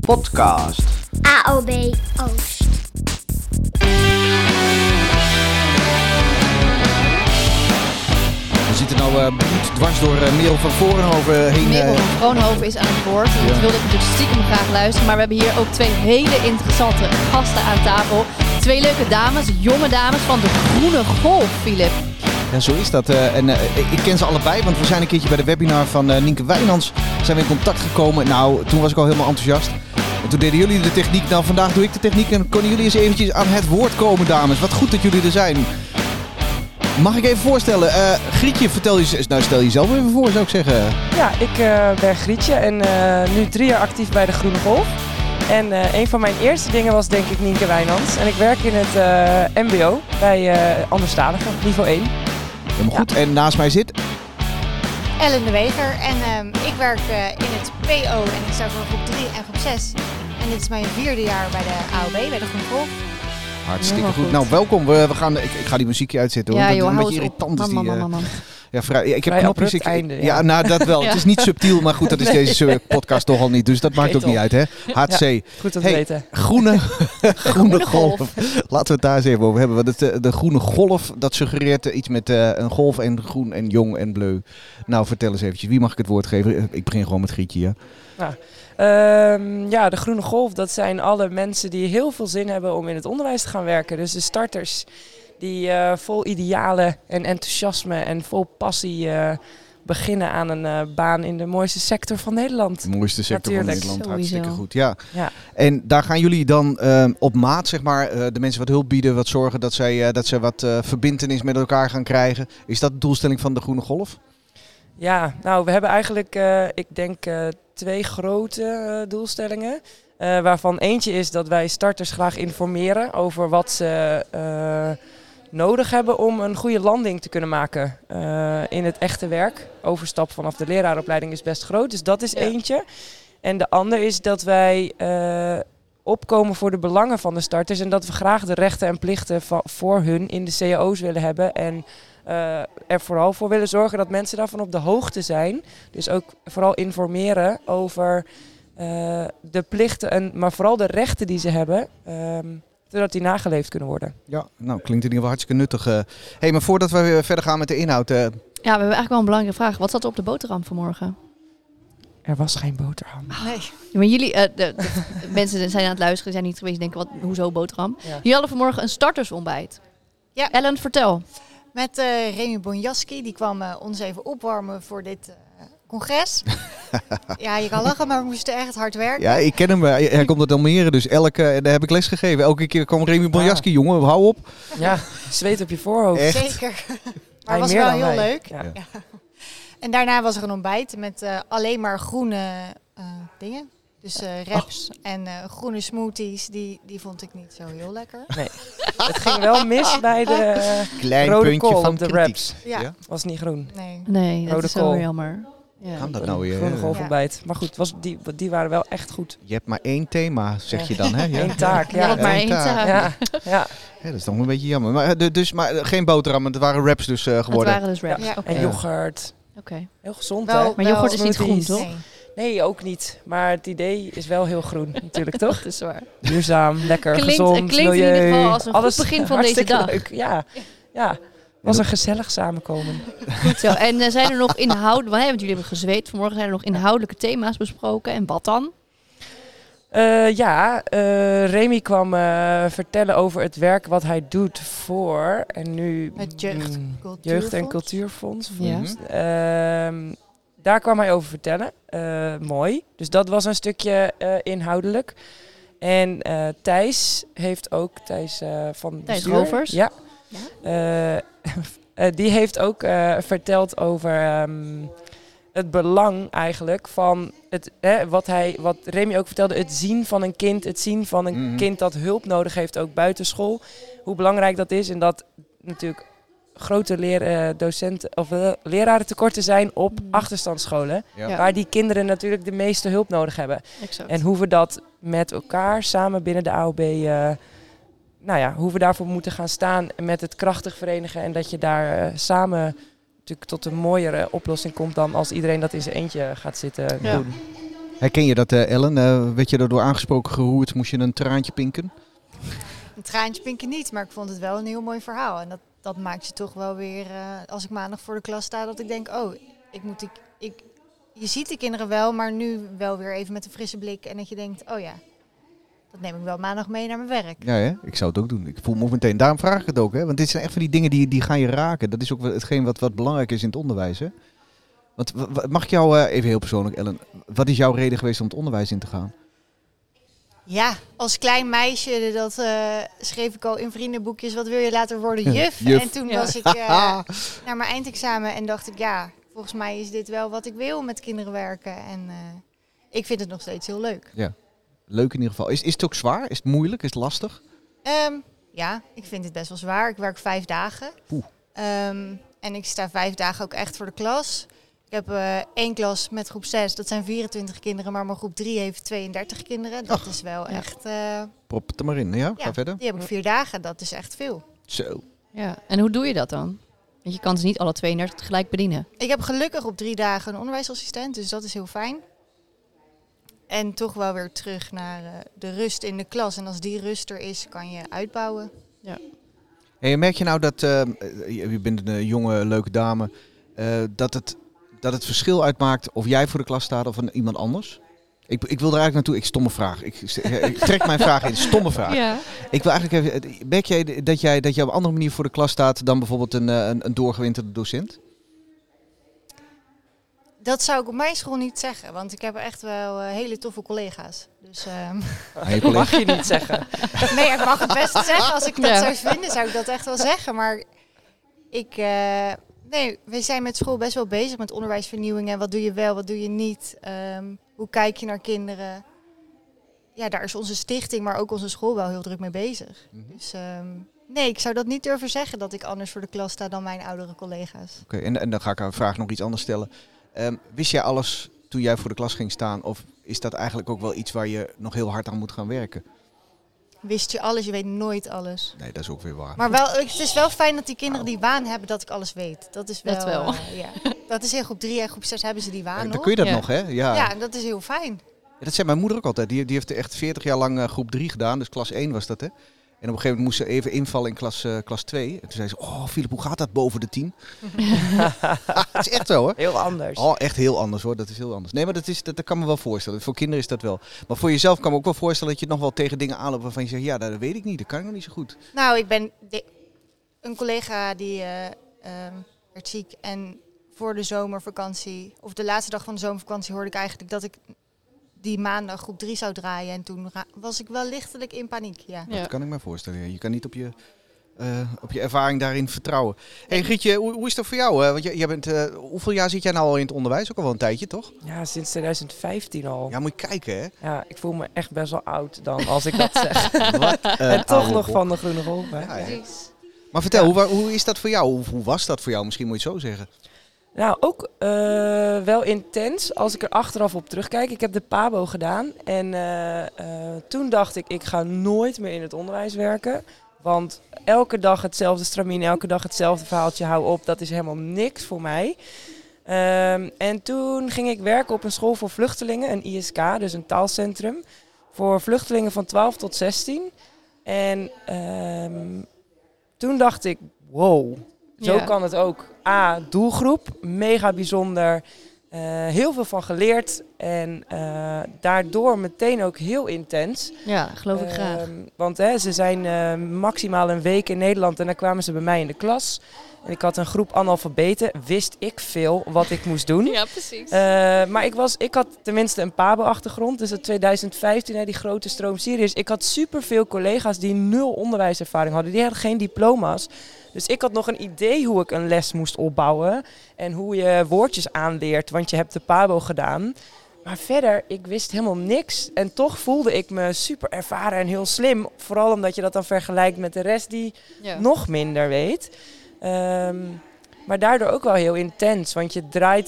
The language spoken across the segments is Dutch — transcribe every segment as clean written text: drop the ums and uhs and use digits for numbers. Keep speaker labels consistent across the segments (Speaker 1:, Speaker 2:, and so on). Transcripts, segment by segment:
Speaker 1: podcast.
Speaker 2: AOB Oost.
Speaker 1: We zitten nou dwars door Merel van Voornhoven heen.
Speaker 3: Merel van Voornhoven is aan het woord. En dat wilde ik natuurlijk stiekem graag luisteren. Maar we hebben hier ook twee hele interessante gasten aan tafel. Twee leuke dames, jonge dames van de Groene Golf, Philip.
Speaker 1: Ja, zo is dat. Ik ken ze allebei, want we zijn een keertje bij de webinar van Nienke Wijnands zijn we in contact gekomen. Nou, toen was ik al helemaal enthousiast. En toen deden jullie de techniek. Nou, vandaag doe ik de techniek en konden jullie eens eventjes aan het woord komen, dames. Wat goed dat jullie er zijn. Mag ik even voorstellen? Grietje, stel jezelf even voor, zou ik zeggen.
Speaker 4: Ja, ik ben Grietje en nu 3 jaar actief bij de Groene Golf. En een van mijn eerste dingen was denk ik Nienke Wijnands. En ik werk in het mbo bij anderstaligen, niveau 1.
Speaker 1: Helemaal goed. En naast mij zit...
Speaker 5: Ellen de Weger en ik werk in het PO en ik sta voor groep 3 en groep 6. En dit is mijn 4e jaar bij de AOB, bij de Groene Golf.
Speaker 1: Hartstikke goed. Nou, welkom. We gaan, ik ga die muziekje uitzetten.
Speaker 3: Ja,
Speaker 1: hoor.
Speaker 3: joh,
Speaker 1: een
Speaker 3: hou
Speaker 1: beetje
Speaker 3: eens op.
Speaker 1: irritant is die.
Speaker 3: Man.
Speaker 1: Ja, ik heb
Speaker 4: Vrij
Speaker 1: knopjes.
Speaker 4: abrupt einde,
Speaker 1: ja,
Speaker 4: ja.
Speaker 1: nou dat wel.
Speaker 3: Ja.
Speaker 1: Het is niet subtiel, maar goed, dat is deze podcast toch al niet. Dus dat maakt ook
Speaker 4: top.
Speaker 1: niet uit, hè? HC.
Speaker 4: Ja, goed om te weten.
Speaker 1: Groene golf. Laten we het daar eens even over hebben. Want de groene golf, dat suggereert iets met een golf en groen en jong en bleu. Nou, vertel eens eventjes. Wie mag ik het woord geven? Ik begin gewoon met Grietje, ja.
Speaker 4: Ja, de Groene Golf, dat zijn alle mensen die heel veel zin hebben om in het onderwijs te gaan werken. Dus de starters die vol idealen en enthousiasme en vol passie beginnen aan een baan in de mooiste sector van Nederland.
Speaker 1: De mooiste sector van
Speaker 4: Natuurlijk.
Speaker 1: Nederland.
Speaker 3: Sowieso.
Speaker 1: Hartstikke goed, ja.
Speaker 4: Ja.
Speaker 1: En daar gaan jullie dan op maat, zeg maar, de mensen wat hulp bieden, wat zorgen dat ze wat verbintenis met elkaar gaan krijgen. Is dat de doelstelling van de Groene Golf?
Speaker 4: Ja, nou we hebben eigenlijk, ik denk 2 grote doelstellingen. Waarvan eentje is dat wij starters graag informeren over wat ze nodig hebben om een goede landing te kunnen maken in het echte werk. Overstap vanaf de leraaropleiding is best groot, dus dat is eentje. En de ander is dat wij opkomen voor de belangen van de starters en dat we graag de rechten en plichten voor hun in de cao's willen hebben en er vooral voor willen zorgen dat mensen daarvan op de hoogte zijn. Dus ook vooral informeren over de plichten, maar vooral de rechten die ze hebben, zodat die nageleefd kunnen worden.
Speaker 1: Ja, nou klinkt in ieder geval hartstikke nuttig. Hey, maar voordat we weer verder gaan met de inhoud.
Speaker 3: Ja, we hebben eigenlijk wel een belangrijke vraag. Wat zat er op de boterham vanmorgen?
Speaker 4: Er was geen boterham.
Speaker 5: Nee.
Speaker 3: Ja, maar jullie, de mensen zijn aan het luisteren, zijn niet geweest, denken, hoezo boterham?
Speaker 4: Ja.
Speaker 3: Jullie hadden vanmorgen een startersontbijt.
Speaker 5: Ja.
Speaker 3: Ellen, vertel.
Speaker 5: Met Remy Bonjaski, die kwam ons even opwarmen voor dit congres. Ja, je kan lachen, maar we moesten echt hard werken.
Speaker 1: Ja, ik ken hem. Hij komt uit Almere, dus daar heb ik les gegeven. Elke keer kwam Remy Bonjaski, jongen, hou op.
Speaker 4: Ja, zweet op je voorhoofd.
Speaker 1: Echt?
Speaker 5: Zeker. Maar
Speaker 4: Hij
Speaker 5: het was
Speaker 4: meer
Speaker 5: wel
Speaker 4: dan
Speaker 5: heel
Speaker 4: wij.
Speaker 5: leuk.
Speaker 4: Ja.
Speaker 5: Ja. En daarna was er een ontbijt met alleen maar groene dingen. Dus wraps en groene smoothies, die vond ik niet zo heel lekker.
Speaker 4: Nee, het ging wel mis bij de
Speaker 1: Klein
Speaker 4: rode
Speaker 1: puntje
Speaker 4: kool
Speaker 1: van
Speaker 4: op de
Speaker 1: kritiek.
Speaker 4: wraps.
Speaker 5: Ja.
Speaker 4: Was niet groen.
Speaker 5: Nee.
Speaker 3: Nee, dat
Speaker 4: Rode
Speaker 3: is zo
Speaker 4: kool.
Speaker 3: jammer. Ja.
Speaker 1: Kan dat nou weer?
Speaker 4: Groene
Speaker 1: hè?
Speaker 4: golfontbijt. Maar goed, die waren wel echt goed.
Speaker 1: Je hebt maar 1 thema, zeg je dan, hè? Ja.
Speaker 4: 1 taak,
Speaker 3: Je had
Speaker 4: ja.
Speaker 3: maar
Speaker 1: één
Speaker 3: één
Speaker 1: taak.
Speaker 3: taak.
Speaker 4: Ja, ja.
Speaker 1: Ja, dat is toch een beetje jammer. Maar geen boterham, het waren wraps dus
Speaker 3: Het
Speaker 1: geworden.
Speaker 3: waren dus wraps.
Speaker 5: Ja.
Speaker 3: Oké.
Speaker 4: En yoghurt.
Speaker 3: Oké.
Speaker 4: Heel gezond,
Speaker 5: Wel-
Speaker 4: hè?
Speaker 3: Maar yoghurt is niet
Speaker 4: Smoothies.
Speaker 3: groen, toch?
Speaker 5: Nee.
Speaker 4: Nee, ook niet. Maar het idee is wel heel groen, natuurlijk, toch?
Speaker 3: Dat is waar.
Speaker 4: Duurzaam, lekker,
Speaker 3: Klinkt-
Speaker 4: gezond,
Speaker 3: het klinkt in
Speaker 4: milieu.
Speaker 3: ieder geval als een goed
Speaker 4: alles
Speaker 3: begin van deze
Speaker 4: hartstikke
Speaker 3: dag.
Speaker 4: leuk. Ja, ja. Was een gezellig samenkomen.
Speaker 3: Goed zo. En zijn er nog inhoudelijke, want jullie hebben gezweet, vanmorgen zijn er nog inhoudelijke thema's besproken. En wat dan?
Speaker 4: Remy kwam vertellen over het werk wat hij doet voor en nu
Speaker 5: Het
Speaker 4: Jeugd- en Cultuurfonds.
Speaker 3: Ja.
Speaker 4: Daar kwam hij over vertellen. Mooi. Dus dat was een stukje inhoudelijk. En Thijs heeft ook, van
Speaker 3: Thijs
Speaker 4: bestuur,
Speaker 3: Rovers.
Speaker 4: Ja.
Speaker 3: Ja.
Speaker 4: Die heeft ook verteld over het belang eigenlijk van het, wat Remy ook vertelde, het zien van een kind, het zien van een kind dat hulp nodig heeft, ook buitenschool. Hoe belangrijk dat is en dat natuurlijk grote lerarentekorten zijn op achterstandsscholen,
Speaker 1: Ja.
Speaker 4: waar die kinderen natuurlijk de meeste hulp nodig hebben.
Speaker 3: Exact.
Speaker 4: En hoe we dat met elkaar samen binnen de AOB, hoe we daarvoor moeten gaan staan met het krachtig verenigen en dat je daar samen natuurlijk tot een mooiere oplossing komt dan als iedereen dat in zijn eentje gaat zitten
Speaker 3: Ja.
Speaker 4: doen.
Speaker 1: Herken je dat, Ellen? Werd je daardoor aangesproken, geroerd? Moest je een traantje pinken?
Speaker 5: Een traantje pinken niet, maar ik vond het wel een heel mooi verhaal. En dat maakt je toch wel weer, als ik maandag voor de klas sta, dat ik denk, je ziet de kinderen wel, maar nu wel weer even met een frisse blik. En dat je denkt, oh ja, dat neem ik wel maandag mee naar mijn werk.
Speaker 1: Ja, hè? Ik zou het ook doen. Ik voel me ook meteen. Daarom vraag ik het ook, hè? Want dit zijn echt van die dingen die gaan je raken. Dat is ook hetgeen wat belangrijk is in het onderwijs, hè? Want mag ik jou, even heel persoonlijk, Ellen, wat is jouw reden geweest om het onderwijs in te gaan?
Speaker 5: Ja, als klein meisje, dat schreef ik al in vriendenboekjes, wat wil je later worden? Juf.
Speaker 1: Juf.
Speaker 5: En toen was ik naar mijn eindexamen en dacht ik, ja, volgens mij is dit wel wat ik wil, met kinderen werken. En ik vind het nog steeds heel leuk.
Speaker 1: Ja, leuk in ieder geval. Is het ook zwaar? Is het moeilijk? Is het lastig?
Speaker 5: Ja, ik vind het best wel zwaar. Ik werk 5 dagen. En ik sta 5 dagen ook echt voor de klas. Ik heb 1 klas met groep 6, dat zijn 24 kinderen, maar mijn groep 3 heeft 32 kinderen. Dat is wel echt...
Speaker 1: Prop het er maar in, ja? Ga verder.
Speaker 5: Die heb ik 4 dagen, dat is echt veel.
Speaker 1: Zo.
Speaker 3: Ja. En hoe doe je dat dan? Want je kan dus niet alle 32 tegelijk bedienen.
Speaker 5: Ik heb gelukkig op 3 dagen een onderwijsassistent, dus dat is heel fijn. En toch wel weer terug naar de rust in de klas. En als die rust er is, kan je uitbouwen.
Speaker 3: Ja.
Speaker 1: Hey, merk je nou dat, je bent een jonge, leuke dame, dat het verschil uitmaakt of jij voor de klas staat of iemand anders? Ik wil er eigenlijk naartoe. Stomme vraag. Ik trek mijn vraag in. Stomme vraag. Ja. Ik wil eigenlijk even. Merk jij dat je op een andere manier voor de klas staat dan bijvoorbeeld een doorgewinterde docent?
Speaker 5: Dat zou ik op mijn school niet zeggen, want ik heb echt wel hele toffe collega's. Dus,
Speaker 4: mag je niet zeggen.
Speaker 5: Nee, ik mag het best zeggen. Als ik dat zou vinden, zou ik dat echt wel zeggen. Maar we zijn met school best wel bezig met onderwijsvernieuwing. En wat doe je wel, wat doe je niet? Hoe kijk je naar kinderen? Ja, daar is onze stichting, maar ook onze school wel heel druk mee bezig. Mm-hmm. Dus nee, ik zou dat niet durven zeggen dat ik anders voor de klas sta dan mijn oudere collega's.
Speaker 1: Oké, en dan ga ik een vraag nog iets anders stellen. Wist jij alles toen jij voor de klas ging staan? Of is dat eigenlijk ook wel iets waar je nog heel hard aan moet gaan werken?
Speaker 5: Wist je alles? Je weet nooit alles.
Speaker 1: Nee, dat is ook weer waar.
Speaker 5: Maar wel, het is wel fijn dat die kinderen die waan hebben dat ik alles weet. Dat is wel. Dat is in groep 3 en groep 6 hebben ze die waan nog.
Speaker 1: Dan kun je dat nog, hè?
Speaker 5: Ja, en dat is heel fijn.
Speaker 1: Ja, dat zei mijn moeder ook altijd. Die heeft echt 40 jaar lang groep 3 gedaan. Dus klas 1 was dat, hè? En op een gegeven moment moest ze even invallen in klas 2. En toen zei ze, Philip, hoe gaat dat boven de 10? Het is echt zo, hoor.
Speaker 4: Heel anders.
Speaker 1: Echt heel anders, hoor. Dat is heel anders. Nee, maar dat kan me wel voorstellen. Voor kinderen is dat wel. Maar voor jezelf kan me ook wel voorstellen dat je nog wel tegen dingen aanloopt waarvan je zegt, ja, dat weet ik niet. Dat kan ik nog niet zo goed.
Speaker 5: Nou, ik ben een collega die werd ziek. En voor de zomervakantie, of de laatste dag van de zomervakantie, hoorde ik eigenlijk dat ik die maandag groep 3 zou draaien. En toen was ik wel lichtelijk in paniek. Ja.
Speaker 1: Dat kan ik me voorstellen. Je kan niet op je ervaring daarin vertrouwen. Hey Grietje, hoe is dat voor jou? Want jij bent, hoeveel jaar zit jij nou al in het onderwijs? Ook al wel een tijdje, toch?
Speaker 4: Ja, sinds 2015 al.
Speaker 1: Ja, moet je kijken, hè?
Speaker 4: Ja, ik voel me echt best wel oud dan als ik dat zeg. En toch nog van de groene golf.
Speaker 1: Ja. Maar vertel, hoe is dat voor jou? Hoe was dat voor jou? Misschien moet je het zo zeggen.
Speaker 4: Nou, ook wel intens als ik er achteraf op terugkijk. Ik heb de PABO gedaan en toen dacht ik ga nooit meer in het onderwijs werken. Want elke dag hetzelfde stramien, elke dag hetzelfde verhaaltje, hou op. Dat is helemaal niks voor mij. En toen ging ik werken op een school voor vluchtelingen, een ISK, dus een taalcentrum. Voor vluchtelingen van 12 tot 16. En toen dacht ik, wow, zo kan het ook. Doelgroep, mega bijzonder. Heel veel van geleerd en daardoor meteen ook heel intens.
Speaker 3: Ja, geloof ik graag.
Speaker 4: Want ze zijn maximaal een week in Nederland en dan kwamen ze bij mij in de klas. En ik had een groep analfabeten, wist ik veel wat ik moest doen.
Speaker 3: Ja, precies.
Speaker 4: Maar ik had tenminste een PABO-achtergrond, dus in 2015, die grote stroom Syriërs. Ik had superveel collega's die 0 onderwijservaring hadden, die hadden geen diploma's. Dus ik had nog een idee hoe ik een les moest opbouwen en hoe je woordjes aanleert, want je hebt de PABO gedaan. Maar verder, ik wist helemaal niks en toch voelde ik me super ervaren en heel slim. Vooral omdat je dat dan vergelijkt met de rest die nog minder weet. Maar daardoor ook wel heel intens, want je draait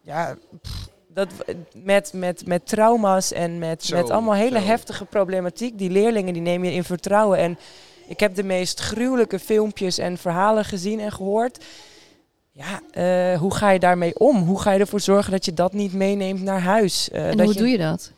Speaker 4: met trauma's en met allemaal hele heftige problematiek. Die leerlingen die neem je in vertrouwen en ik heb de meest gruwelijke filmpjes en verhalen gezien en gehoord. hoe ga je daarmee om? Hoe ga je ervoor zorgen dat je dat niet meeneemt naar huis?
Speaker 3: En hoe doe je dat?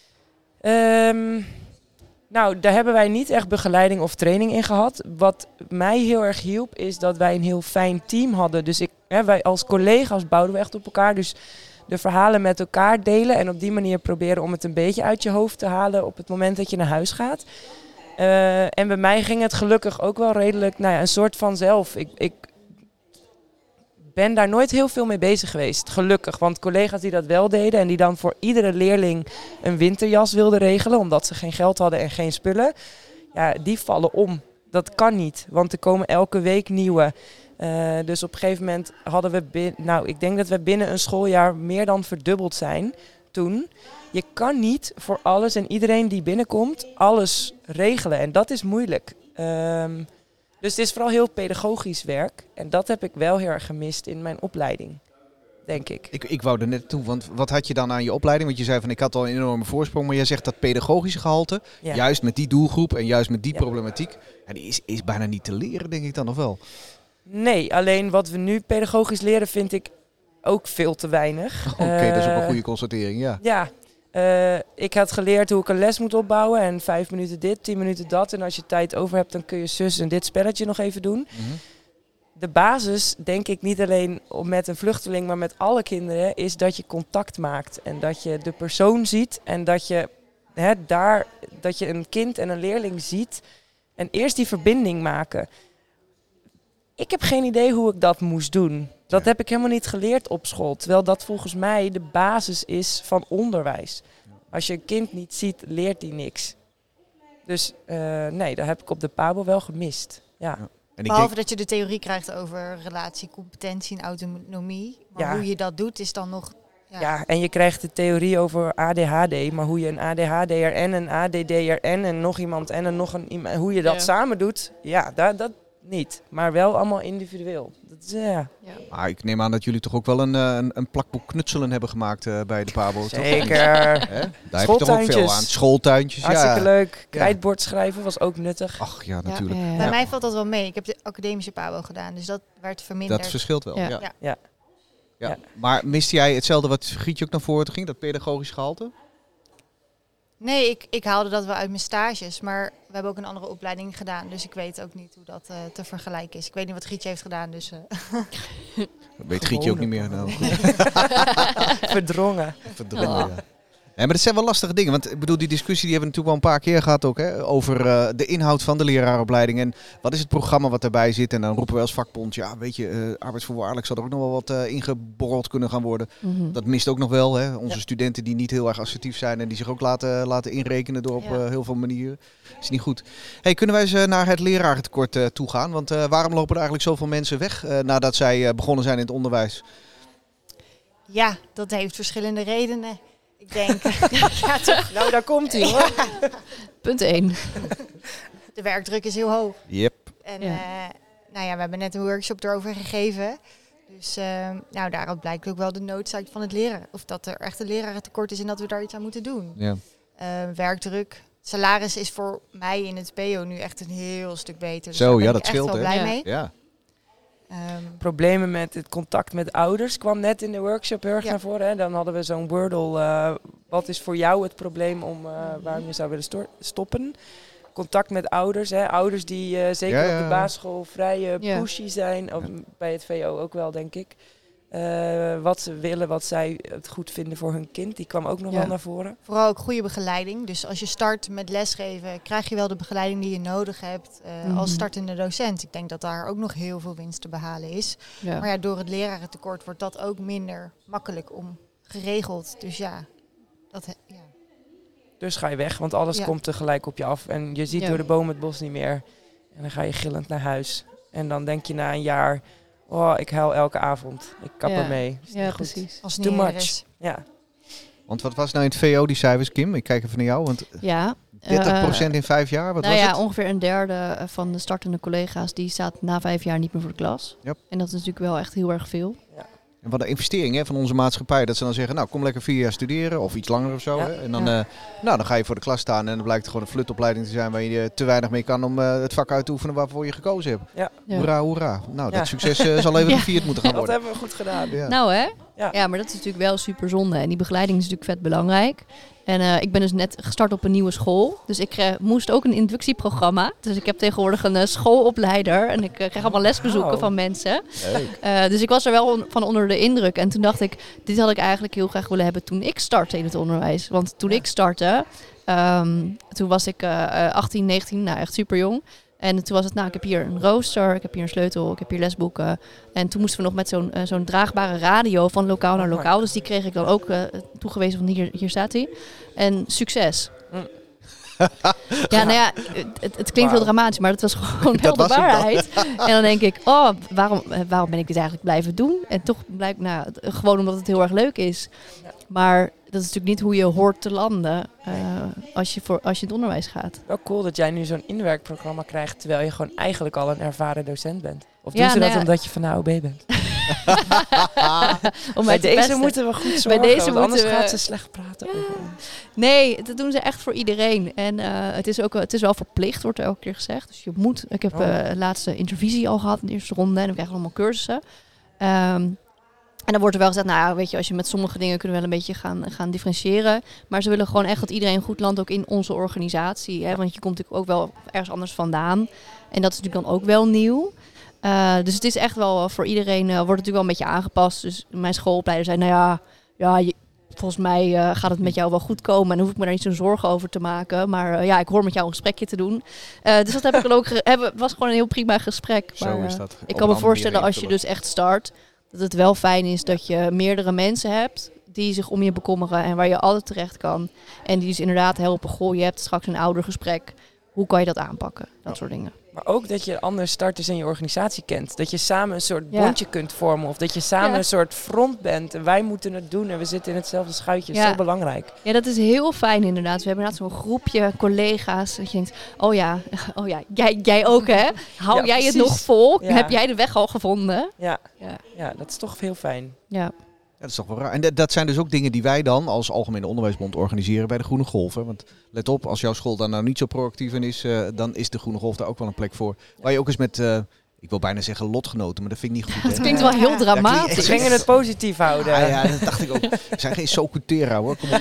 Speaker 4: Nou, daar hebben wij niet echt begeleiding of training in gehad. Wat mij heel erg hielp is dat wij een heel fijn team hadden. Dus wij als collega's bouwden we echt op elkaar. Dus de verhalen met elkaar delen en op die manier proberen om het een beetje uit je hoofd te halen op het moment dat je naar huis gaat. En bij mij ging het gelukkig ook wel redelijk, een soort van zelf. Ik ben daar nooit heel veel mee bezig geweest, gelukkig. Want collega's die dat wel deden en die dan voor iedere leerling een winterjas wilden regelen, omdat ze geen geld hadden en geen spullen, die vallen om. Dat kan niet, want er komen elke week nieuwe. Dus op een gegeven moment hadden we, ik denk dat we binnen een schooljaar meer dan verdubbeld zijn toen. Je kan niet voor alles en iedereen die binnenkomt alles regelen en dat is moeilijk. Dus het is vooral heel pedagogisch werk. En dat heb ik wel heel erg gemist in mijn opleiding, denk ik.
Speaker 1: Ik wou er net toe, want wat had je dan aan je opleiding? Want je zei van ik had al een enorme voorsprong, maar jij zegt dat pedagogische gehalte, juist met die doelgroep en juist met die problematiek, die is bijna niet te leren, denk ik dan nog wel.
Speaker 4: Nee, alleen wat we nu pedagogisch leren vind ik ook veel te weinig.
Speaker 1: Oké, dat is ook een goede constatering, ja.
Speaker 4: Ja. Ik had geleerd hoe ik een les moet opbouwen en 5 minuten dit, 10 minuten dat. En als je tijd over hebt, dan kun je zus en dit spelletje nog even doen. Mm-hmm. De basis, denk ik, niet alleen met een vluchteling, maar met alle kinderen, is dat je contact maakt. En dat je de persoon ziet en dat je, dat je een kind en een leerling ziet. En eerst die verbinding maken. Ik heb geen idee hoe ik dat moest doen. Dat heb ik helemaal niet geleerd op school. Terwijl dat volgens mij de basis is van onderwijs. Als je een kind niet ziet, leert hij niks. Dus dat heb ik op de PABO wel gemist. Ja.
Speaker 5: En behalve dat je de theorie krijgt over relatie, competentie en autonomie. Maar hoe je dat doet is dan nog...
Speaker 4: Ja, en je krijgt de theorie over ADHD. Maar hoe je een ADHD'er en een ADD'er en nog iemand en nog een iemand... Hoe je dat samen doet, dat niet. Maar wel allemaal individueel. Dat is,
Speaker 1: Maar ik neem aan dat jullie toch ook wel een plakboek knutselen hebben gemaakt bij de PABO.
Speaker 4: Zeker.
Speaker 1: Daar heb je toch ook veel aan. Schooltuintjes,
Speaker 4: hartstikke leuk. Krijtbord schrijven was ook nuttig.
Speaker 1: Ach ja, natuurlijk.
Speaker 5: Ja. Bij mij valt dat wel mee. Ik heb de academische PABO gedaan, dus dat werd verminderd.
Speaker 1: Dat verschilt wel,
Speaker 4: ja.
Speaker 1: Maar miste jij hetzelfde wat Grietje ook naar voren ging, dat pedagogisch gehalte?
Speaker 5: Nee, ik haalde dat wel uit mijn stages, maar we hebben ook een andere opleiding gedaan. Dus ik weet ook niet hoe dat te vergelijken is. Ik weet niet wat Grietje heeft gedaan, dus...
Speaker 1: Dat weet Grietje ook niet meer. Nou,
Speaker 4: Verdrongen.
Speaker 1: Ja. Ja, maar dat zijn wel lastige dingen. Want ik bedoel, die discussie die hebben we natuurlijk wel een paar keer gehad ook. Hè, over de inhoud van de leraaropleiding. En wat is het programma wat daarbij zit. En dan roepen we als vakbond. Ja, weet je, arbeidsvoorwaardelijk zal er ook nog wel wat ingeborreld kunnen gaan worden. Mm-hmm. Dat mist ook nog wel. Hè. Onze studenten die niet heel erg assertief zijn. En die zich ook laten inrekenen door op heel veel manieren. Dat is niet goed. Hey, kunnen wij eens naar het lerarentekort toe gaan? Want waarom lopen er eigenlijk zoveel mensen weg nadat zij begonnen zijn in het onderwijs?
Speaker 5: Ja, dat heeft verschillende redenen. Ik denk, toch.
Speaker 4: Nou, daar komt hij hoor.
Speaker 3: Punt 1.
Speaker 5: De werkdruk is heel hoog.
Speaker 1: Yep.
Speaker 5: En we hebben net een workshop erover gegeven. Dus daaruit blijkt ook wel de noodzaak van het leren. Of dat er echt een lerarentekort is en dat we daar iets aan moeten doen.
Speaker 1: Ja.
Speaker 5: Werkdruk. Salaris is voor mij in het PO nu echt een heel stuk beter. Dus
Speaker 1: zo,
Speaker 5: daar
Speaker 1: dat scheelt.
Speaker 5: Ik echt wel blij mee.
Speaker 1: Ja.
Speaker 4: Problemen met het contact met ouders kwam net in de workshop heel erg naar voren. Hè. Dan hadden we zo'n Wordle. Wat is voor jou het probleem om waarom je zou willen stoppen? Contact met ouders. Hè. Ouders die zeker op de basisschool vrij pushy zijn. Of bij het VO ook wel, denk ik. Wat ze willen, wat zij het goed vinden voor hun kind. Die kwam ook nog wel naar voren.
Speaker 5: Vooral ook goede begeleiding. Dus als je start met lesgeven, krijg je wel de begeleiding die je nodig hebt als startende docent. Ik denk dat daar ook nog heel veel winst te behalen is. Ja. Maar door het lerarentekort wordt dat ook minder makkelijk om geregeld. Dus
Speaker 4: Dus ga je weg, want alles komt tegelijk op je af. En je ziet door de boom het bos niet meer. En dan ga je gillend naar huis. En dan denk je na een jaar... Oh, ik huil elke avond. Ik kap ermee.
Speaker 3: Ja, precies.
Speaker 5: Als
Speaker 4: too much. Ja.
Speaker 1: Want wat was nou in het VO die cijfers, Kim? Ik kijk even naar jou. Want 30% in 5 jaar, wat was het?
Speaker 3: Ongeveer een derde van de startende collega's die staat na 5 jaar niet meer voor de klas.
Speaker 1: Yep.
Speaker 3: En dat is natuurlijk wel echt heel erg veel.
Speaker 1: En wat een investering van onze maatschappij. Dat ze dan zeggen, nou kom lekker 4 jaar studeren of iets langer of zo.
Speaker 4: Ja.
Speaker 1: Hè? En dan, dan ga je voor de klas staan en dan blijkt het gewoon een flutopleiding te zijn waar je te weinig mee kan om het vak uit te oefenen waarvoor je gekozen hebt.
Speaker 4: Ja.
Speaker 1: Hoera, hoera. Nou,
Speaker 4: Ja.
Speaker 1: dat succes zal even gevierd moeten gaan
Speaker 4: Dat
Speaker 1: worden.
Speaker 4: hebben we goed gedaan.
Speaker 1: Ja.
Speaker 3: Nou hè?
Speaker 4: Ja.
Speaker 3: Ja, maar dat is natuurlijk wel super zonde. En die begeleiding is natuurlijk vet belangrijk. En ik ben dus net gestart op een nieuwe school. Dus ik moest ook een inductieprogramma. Dus ik heb tegenwoordig een schoolopleider. En ik krijg allemaal lesbezoeken
Speaker 4: Wauw.
Speaker 3: van mensen.
Speaker 1: Leuk.
Speaker 3: Dus ik was er wel van onder de indruk. En toen dacht ik, dit had ik eigenlijk heel graag willen hebben toen ik startte in het onderwijs. Want toen ik startte, toen was ik 18, 19, nou echt super jong. En toen was het, nou, ik heb hier een rooster, ik heb hier een sleutel, ik heb hier lesboeken. En toen moesten we nog met zo'n draagbare radio van lokaal naar lokaal. Dus die kreeg ik dan ook toegewezen van hier staat hij. En succes. Ja, nou ja, het klinkt heel dramatisch, maar dat was gewoon wel
Speaker 1: Dat
Speaker 3: de
Speaker 1: was hem dan.
Speaker 3: waarheid. En dan denk ik, waarom ben ik dit eigenlijk blijven doen? En toch blijkt, gewoon omdat het heel erg leuk is. Maar dat is natuurlijk niet hoe je hoort te landen als je in het onderwijs gaat.
Speaker 4: Wel cool dat jij nu zo'n inwerkprogramma krijgt terwijl je gewoon eigenlijk al een ervaren docent bent. Of
Speaker 3: Ja,
Speaker 4: doen ze
Speaker 3: nou
Speaker 4: dat
Speaker 3: ja.
Speaker 4: omdat je van de AOB bent?
Speaker 3: Om
Speaker 4: Bij
Speaker 3: mij te
Speaker 4: deze
Speaker 3: pesten.
Speaker 4: moeten we goed
Speaker 3: Bij
Speaker 4: zorgen,
Speaker 3: deze
Speaker 4: want anders
Speaker 3: moeten we-
Speaker 4: gaat ze slecht praten over ons.
Speaker 3: Nee, dat doen ze echt voor iedereen. En het is wel verplicht, wordt er elke keer gezegd. Dus je moet. Ik heb laatste intervisie al gehad in de eerste ronde. En we krijgen allemaal cursussen. En dan wordt er wel gezegd, nou weet je, als je met sommige dingen kunnen we wel een beetje gaan differentiëren. Maar ze willen gewoon echt dat iedereen goed landt ook in onze organisatie. Hè? Want je komt natuurlijk ook wel ergens anders vandaan. En dat is natuurlijk dan ook wel nieuw. Dus het is echt wel voor iedereen, wordt het natuurlijk wel een beetje aangepast. Dus mijn schoolopleider zei, nou ja, volgens mij gaat het met jou wel goed komen. En dan hoef ik me daar niet zo'n zorgen over te maken. Maar ik hoor met jou een gesprekje te doen. Dus dat heb ik dan ook. Het was gewoon een heel prima gesprek.
Speaker 1: Zo
Speaker 3: Maar,
Speaker 1: is dat.
Speaker 3: ik
Speaker 1: Op
Speaker 3: kan
Speaker 1: een
Speaker 3: me
Speaker 1: andere
Speaker 3: voorstellen
Speaker 1: manier
Speaker 3: als je dus echt start, dat het wel fijn is dat je meerdere mensen hebt die zich om je bekommeren en waar je altijd terecht kan. En die dus inderdaad helpen. Goh, je hebt straks een oudergesprek. Hoe kan je dat aanpakken? Dat soort dingen.
Speaker 4: Maar ook dat je andere starters in je organisatie kent. Dat je samen een soort bondje kunt vormen. Of dat je samen een soort front bent. En wij moeten het doen en we zitten in hetzelfde schuitje. Dat is zo belangrijk.
Speaker 3: Ja, dat is heel fijn inderdaad. We hebben inderdaad zo'n groepje collega's. Dat je denkt, oh ja, jij ook hè? Hou jij het
Speaker 4: precies.
Speaker 3: nog vol?
Speaker 4: Ja.
Speaker 3: Heb jij de weg al gevonden?
Speaker 4: Ja, dat is toch heel fijn.
Speaker 3: Ja.
Speaker 1: Ja, dat is toch wel raar. En dat zijn dus ook dingen die wij dan als Algemene Onderwijsbond organiseren bij de Groene Golf. Hè? Want let op, als jouw school daar nou niet zo proactief in is, dan is de Groene Golf daar ook wel een plek voor. Waar je ook eens met, ik wil bijna zeggen lotgenoten, maar dat vind ik niet goed.
Speaker 3: Het
Speaker 1: Hè?
Speaker 3: klinkt wel heel dramatisch.
Speaker 4: We gingen het positief houden.
Speaker 1: Ja, dat dacht ik ook. We zijn geen Socutera hoor, kom op.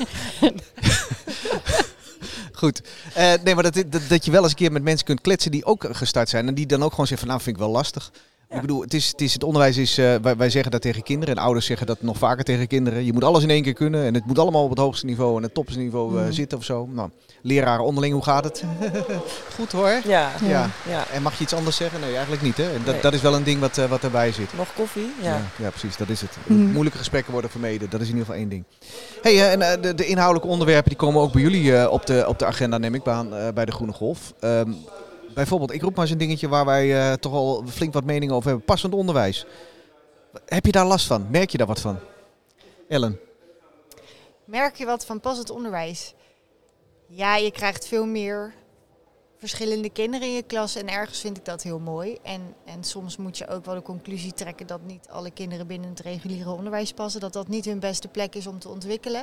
Speaker 1: Goed. Nee, maar dat je wel eens een keer met mensen kunt kletsen die ook gestart zijn. En die dan ook gewoon zeggen van, nou vind ik wel lastig.
Speaker 4: Ja.
Speaker 1: Ik bedoel, het onderwijs is, wij zeggen dat tegen kinderen en ouders zeggen dat nog vaker tegen kinderen. Je moet alles in één keer kunnen en het moet allemaal op het hoogste niveau en het topste niveau zitten of zo. Nou, leraren onderling, hoe gaat het? Goed hoor.
Speaker 4: Ja.
Speaker 1: Ja.
Speaker 4: Ja.
Speaker 1: En mag je iets anders zeggen? Nee, eigenlijk niet. Hè? En
Speaker 4: Nee.
Speaker 1: dat is wel een ding wat erbij zit.
Speaker 4: Nog koffie? Ja.
Speaker 1: Ja, precies, dat is het. Moeilijke gesprekken worden vermeden, dat is in ieder geval één ding. Hey, en de inhoudelijke onderwerpen die komen ook bij jullie op de agenda, neem ik aan, bij de Groene Golf. Bijvoorbeeld, ik roep maar eens een dingetje waar wij toch al flink wat meningen over hebben. Passend onderwijs. Heb je daar last van? Merk je daar wat van? Ellen?
Speaker 5: Merk je wat van passend onderwijs? Ja, je krijgt veel meer verschillende kinderen in je klas en ergens vind ik dat heel mooi. En soms moet je ook wel de conclusie trekken dat niet alle kinderen binnen het reguliere onderwijs passen. Dat dat niet hun beste plek is om te ontwikkelen.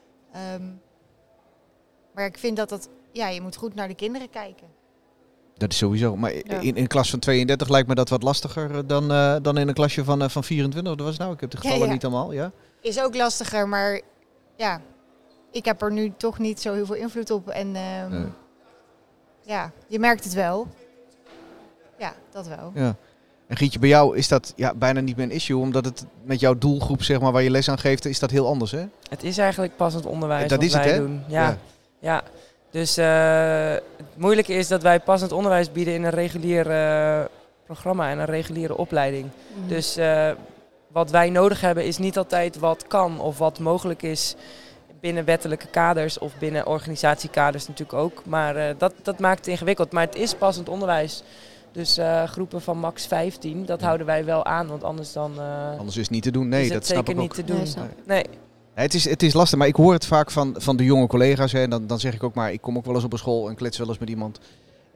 Speaker 5: Maar ik vind je moet goed naar de kinderen kijken.
Speaker 1: Dat is sowieso. Maar in een klas van 32 lijkt me dat wat lastiger dan in een klasje van 24. Dat was nou, ik heb de getallen niet allemaal. Ja?
Speaker 5: Is ook lastiger, maar ja, ik heb er nu toch niet zo heel veel invloed op. En je merkt het wel. Ja, dat wel.
Speaker 1: Ja. En Gietje, bij jou is dat bijna niet meer een issue, omdat het met jouw doelgroep, zeg maar, waar je les aan geeft, is dat heel anders, hè?
Speaker 4: Het is eigenlijk passend onderwijs
Speaker 1: Dat
Speaker 4: wat
Speaker 1: is het,
Speaker 4: wij
Speaker 1: hè?
Speaker 4: doen. Ja. Dus het moeilijke is dat wij passend onderwijs bieden in een regulier programma en een reguliere opleiding. Dus wat wij nodig hebben is niet altijd wat kan of wat mogelijk is binnen wettelijke kaders of binnen organisatiekaders natuurlijk ook. Maar dat maakt het ingewikkeld. Maar het is passend onderwijs. Dus groepen van max 15, dat houden wij wel aan, want anders dan
Speaker 1: Anders is het niet te doen. Nee,
Speaker 4: is
Speaker 1: dat
Speaker 4: het
Speaker 1: snap
Speaker 4: zeker
Speaker 1: ik
Speaker 4: niet
Speaker 1: ook.
Speaker 4: te doen.
Speaker 3: Nee, snap
Speaker 4: Nee.
Speaker 1: Het is lastig, maar ik hoor het vaak van de jonge collega's. Hè, en dan zeg ik ook maar, ik kom ook wel eens op een school en klets wel eens met iemand.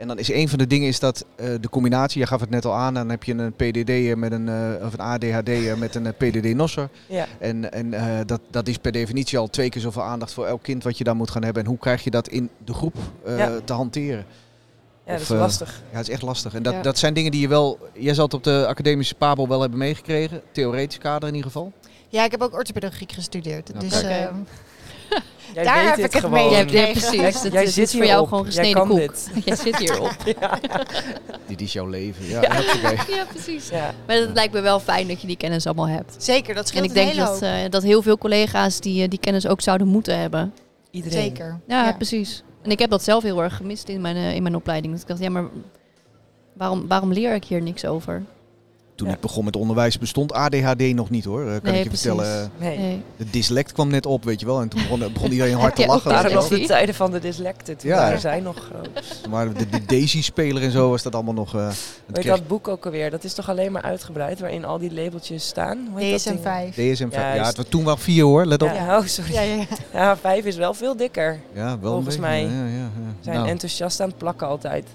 Speaker 1: En dan is een van de dingen is dat de combinatie, je gaf het net al aan, dan heb je een PDD met of een ADHD met een PDD-nosser.
Speaker 4: Ja.
Speaker 1: En dat is per definitie al 2 keer zoveel aandacht voor elk kind wat je daar moet gaan hebben. En hoe krijg je dat in de groep te hanteren?
Speaker 4: Ja, dat is lastig.
Speaker 1: Ja, het is echt lastig. En dat zijn dingen die je wel... Jij zal het op de academische Pabo wel hebben meegekregen. Theoretisch kader in ieder geval.
Speaker 5: Ja, ik heb ook orthopedagogiek gestudeerd.
Speaker 1: Nou,
Speaker 5: Dus
Speaker 3: kijk.
Speaker 4: Jij
Speaker 5: daar
Speaker 4: weet
Speaker 5: heb
Speaker 4: dit
Speaker 5: ik het
Speaker 4: gewoon.
Speaker 5: mee.
Speaker 3: Ja, precies.
Speaker 4: Jij
Speaker 3: Het
Speaker 4: zit
Speaker 3: is voor jou
Speaker 4: hierop.
Speaker 3: gewoon
Speaker 4: Jij
Speaker 3: gesneden
Speaker 4: kan
Speaker 3: koek.
Speaker 4: dit.
Speaker 3: Jij zit hierop.
Speaker 1: Dit is jouw leven. Ja, hartstikke.
Speaker 3: Ja, precies.
Speaker 4: Ja.
Speaker 3: Maar het lijkt me wel fijn dat je die kennis allemaal hebt.
Speaker 5: zeker, dat
Speaker 3: En
Speaker 5: scheelt
Speaker 3: ik
Speaker 5: een
Speaker 3: denk
Speaker 5: hele hoop.
Speaker 3: dat heel veel collega's die kennis ook zouden moeten hebben.
Speaker 4: Iedereen.
Speaker 5: Zeker.
Speaker 3: Ja, precies. En ik heb dat zelf heel erg gemist in mijn opleiding. Dus ik dacht, ja, maar waarom leer ik hier niks over?
Speaker 1: Toen ik begon met onderwijs bestond ADHD nog niet hoor. Kan ik je
Speaker 3: precies.
Speaker 1: vertellen.
Speaker 4: Nee.
Speaker 1: De dyslect kwam net op, weet je wel. En toen begon iedereen hard te
Speaker 3: Heb jij
Speaker 1: lachen.
Speaker 3: ook
Speaker 1: weet je
Speaker 4: Waren nog
Speaker 1: wel.
Speaker 4: de tijden van de dyslecten. Toen
Speaker 1: Ja.
Speaker 4: waren zij nog groot.
Speaker 1: Maar de Daisy-speler en zo was dat allemaal nog...
Speaker 4: Weet je dat boek ook alweer? Dat is toch alleen maar uitgebreid, waarin al die labeltjes staan? Hoe heet dat ding?
Speaker 5: DSM-5.
Speaker 1: DSM-5.
Speaker 4: Juist.
Speaker 1: Ja, het was toen wel 4 hoor, let op. Ja,
Speaker 4: Ja, oh, sorry.
Speaker 5: Ja.
Speaker 4: Ja, 5 is wel veel dikker.
Speaker 1: wel een
Speaker 4: Volgens
Speaker 1: beetje.
Speaker 4: mij.
Speaker 1: Ja.
Speaker 4: We zijn
Speaker 1: Nou.
Speaker 4: enthousiast aan het plakken altijd.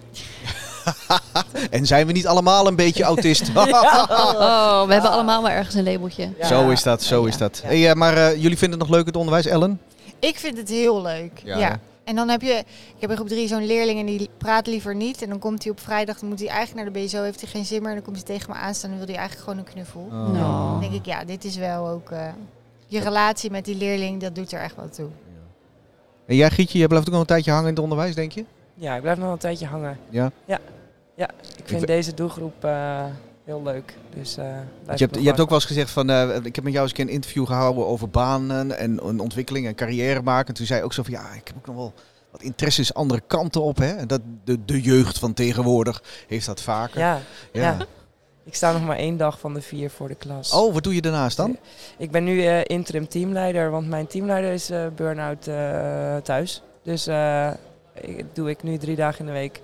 Speaker 1: En zijn we niet allemaal een beetje autist?
Speaker 3: Oh, we hebben allemaal wel ergens een labeltje.
Speaker 4: Ja.
Speaker 1: Zo is dat, zo is dat.
Speaker 4: Ja.
Speaker 1: Hey, maar jullie vinden het nog leuk het onderwijs, Ellen?
Speaker 5: Ik vind het heel leuk.
Speaker 1: Ja,
Speaker 5: Ja.
Speaker 1: hè?
Speaker 5: En dan heb je, ik heb in groep 3 zo'n leerling en die praat liever niet. En dan komt hij op vrijdag, dan moet hij eigenlijk naar de BSO, heeft hij geen zin meer. En dan komt hij tegen me aanstaan en wil hij eigenlijk gewoon een knuffel.
Speaker 1: Oh.
Speaker 3: Nou.
Speaker 5: Dan denk ik, ja, dit is wel ook... je relatie met die leerling, dat doet er echt wel toe.
Speaker 1: En jij Gietje, jij blijft ook nog een tijdje hangen in het onderwijs, denk je?
Speaker 4: Ja, ik blijf nog een tijdje hangen.
Speaker 1: Ja.
Speaker 4: Ik vind deze doelgroep heel leuk. Dus,
Speaker 1: Je hebt ook wel eens gezegd van, ik heb met jou eens een keer een interview gehouden over banen en ontwikkeling en carrière maken. En toen zei je ook zo van, ja, ik heb ook nog wel wat interesses andere kanten op. Hè? En dat de jeugd van tegenwoordig heeft dat vaker.
Speaker 4: Ja. Ik sta nog maar 1 dag van de 4 voor de klas.
Speaker 1: Oh, wat doe je daarnaast dan?
Speaker 4: Ik ben nu interim teamleider, want mijn teamleider is burn-out thuis. Dus doe ik nu 3 dagen in de week.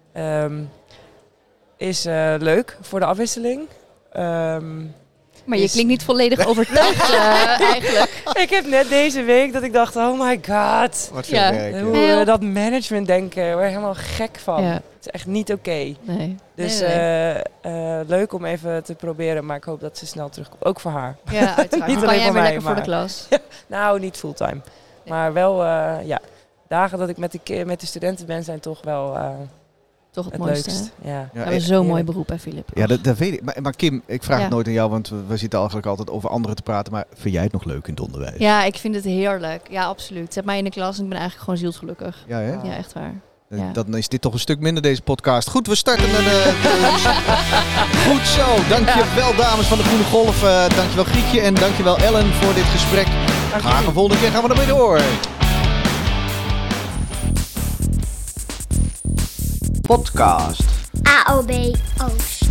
Speaker 4: Is leuk voor de afwisseling.
Speaker 3: Maar je klinkt niet volledig overtuigd eigenlijk.
Speaker 4: Ik heb net deze week dat ik dacht, oh my god.
Speaker 1: Wat veel
Speaker 3: Ja.
Speaker 1: werk.
Speaker 4: Hoe
Speaker 3: Help.
Speaker 4: dat management denken, daar word je helemaal gek van.
Speaker 3: Ja.
Speaker 4: Het is echt niet oké.
Speaker 3: Nee.
Speaker 4: Dus
Speaker 3: Nee.
Speaker 4: leuk om even te proberen, maar ik hoop dat ze snel terugkomt. Ook voor haar.
Speaker 3: Ja, uiteraard.
Speaker 4: Niet
Speaker 3: Dan kan
Speaker 4: alleen
Speaker 3: jij
Speaker 4: voor
Speaker 3: weer
Speaker 4: mij,
Speaker 3: lekker voor de
Speaker 4: maar-
Speaker 3: klas.
Speaker 4: Nou, niet fulltime. Maar wel, dagen dat ik met de studenten ben, zijn toch wel
Speaker 3: Toch het
Speaker 4: het
Speaker 3: mooiste.
Speaker 4: leukst. Ja.
Speaker 1: Ja,
Speaker 3: We hebben zo'n mooi
Speaker 4: heerlijk.
Speaker 3: beroep, hè, Filip?
Speaker 1: Ja, dat weet ik. Maar Kim, ik vraag
Speaker 3: Ja.
Speaker 1: het nooit aan jou, want we zitten eigenlijk altijd over anderen te praten. Maar vind jij het nog leuk in het onderwijs?
Speaker 3: Ja, ik vind het heerlijk. Ja, absoluut. Zet mij in de klas en ik ben eigenlijk gewoon zielsgelukkig.
Speaker 1: Ja, hè?
Speaker 3: Ja, echt waar. Ja.
Speaker 1: Dan is dit toch een stuk minder, deze podcast. Goed, we starten met Goed zo, dankjewel dames van de Groene Golf. Dankjewel Grietje en dankjewel Ellen voor dit gesprek. Graag de volgende keer gaan we ermee door.
Speaker 6: Podcast.
Speaker 2: AOB Oost.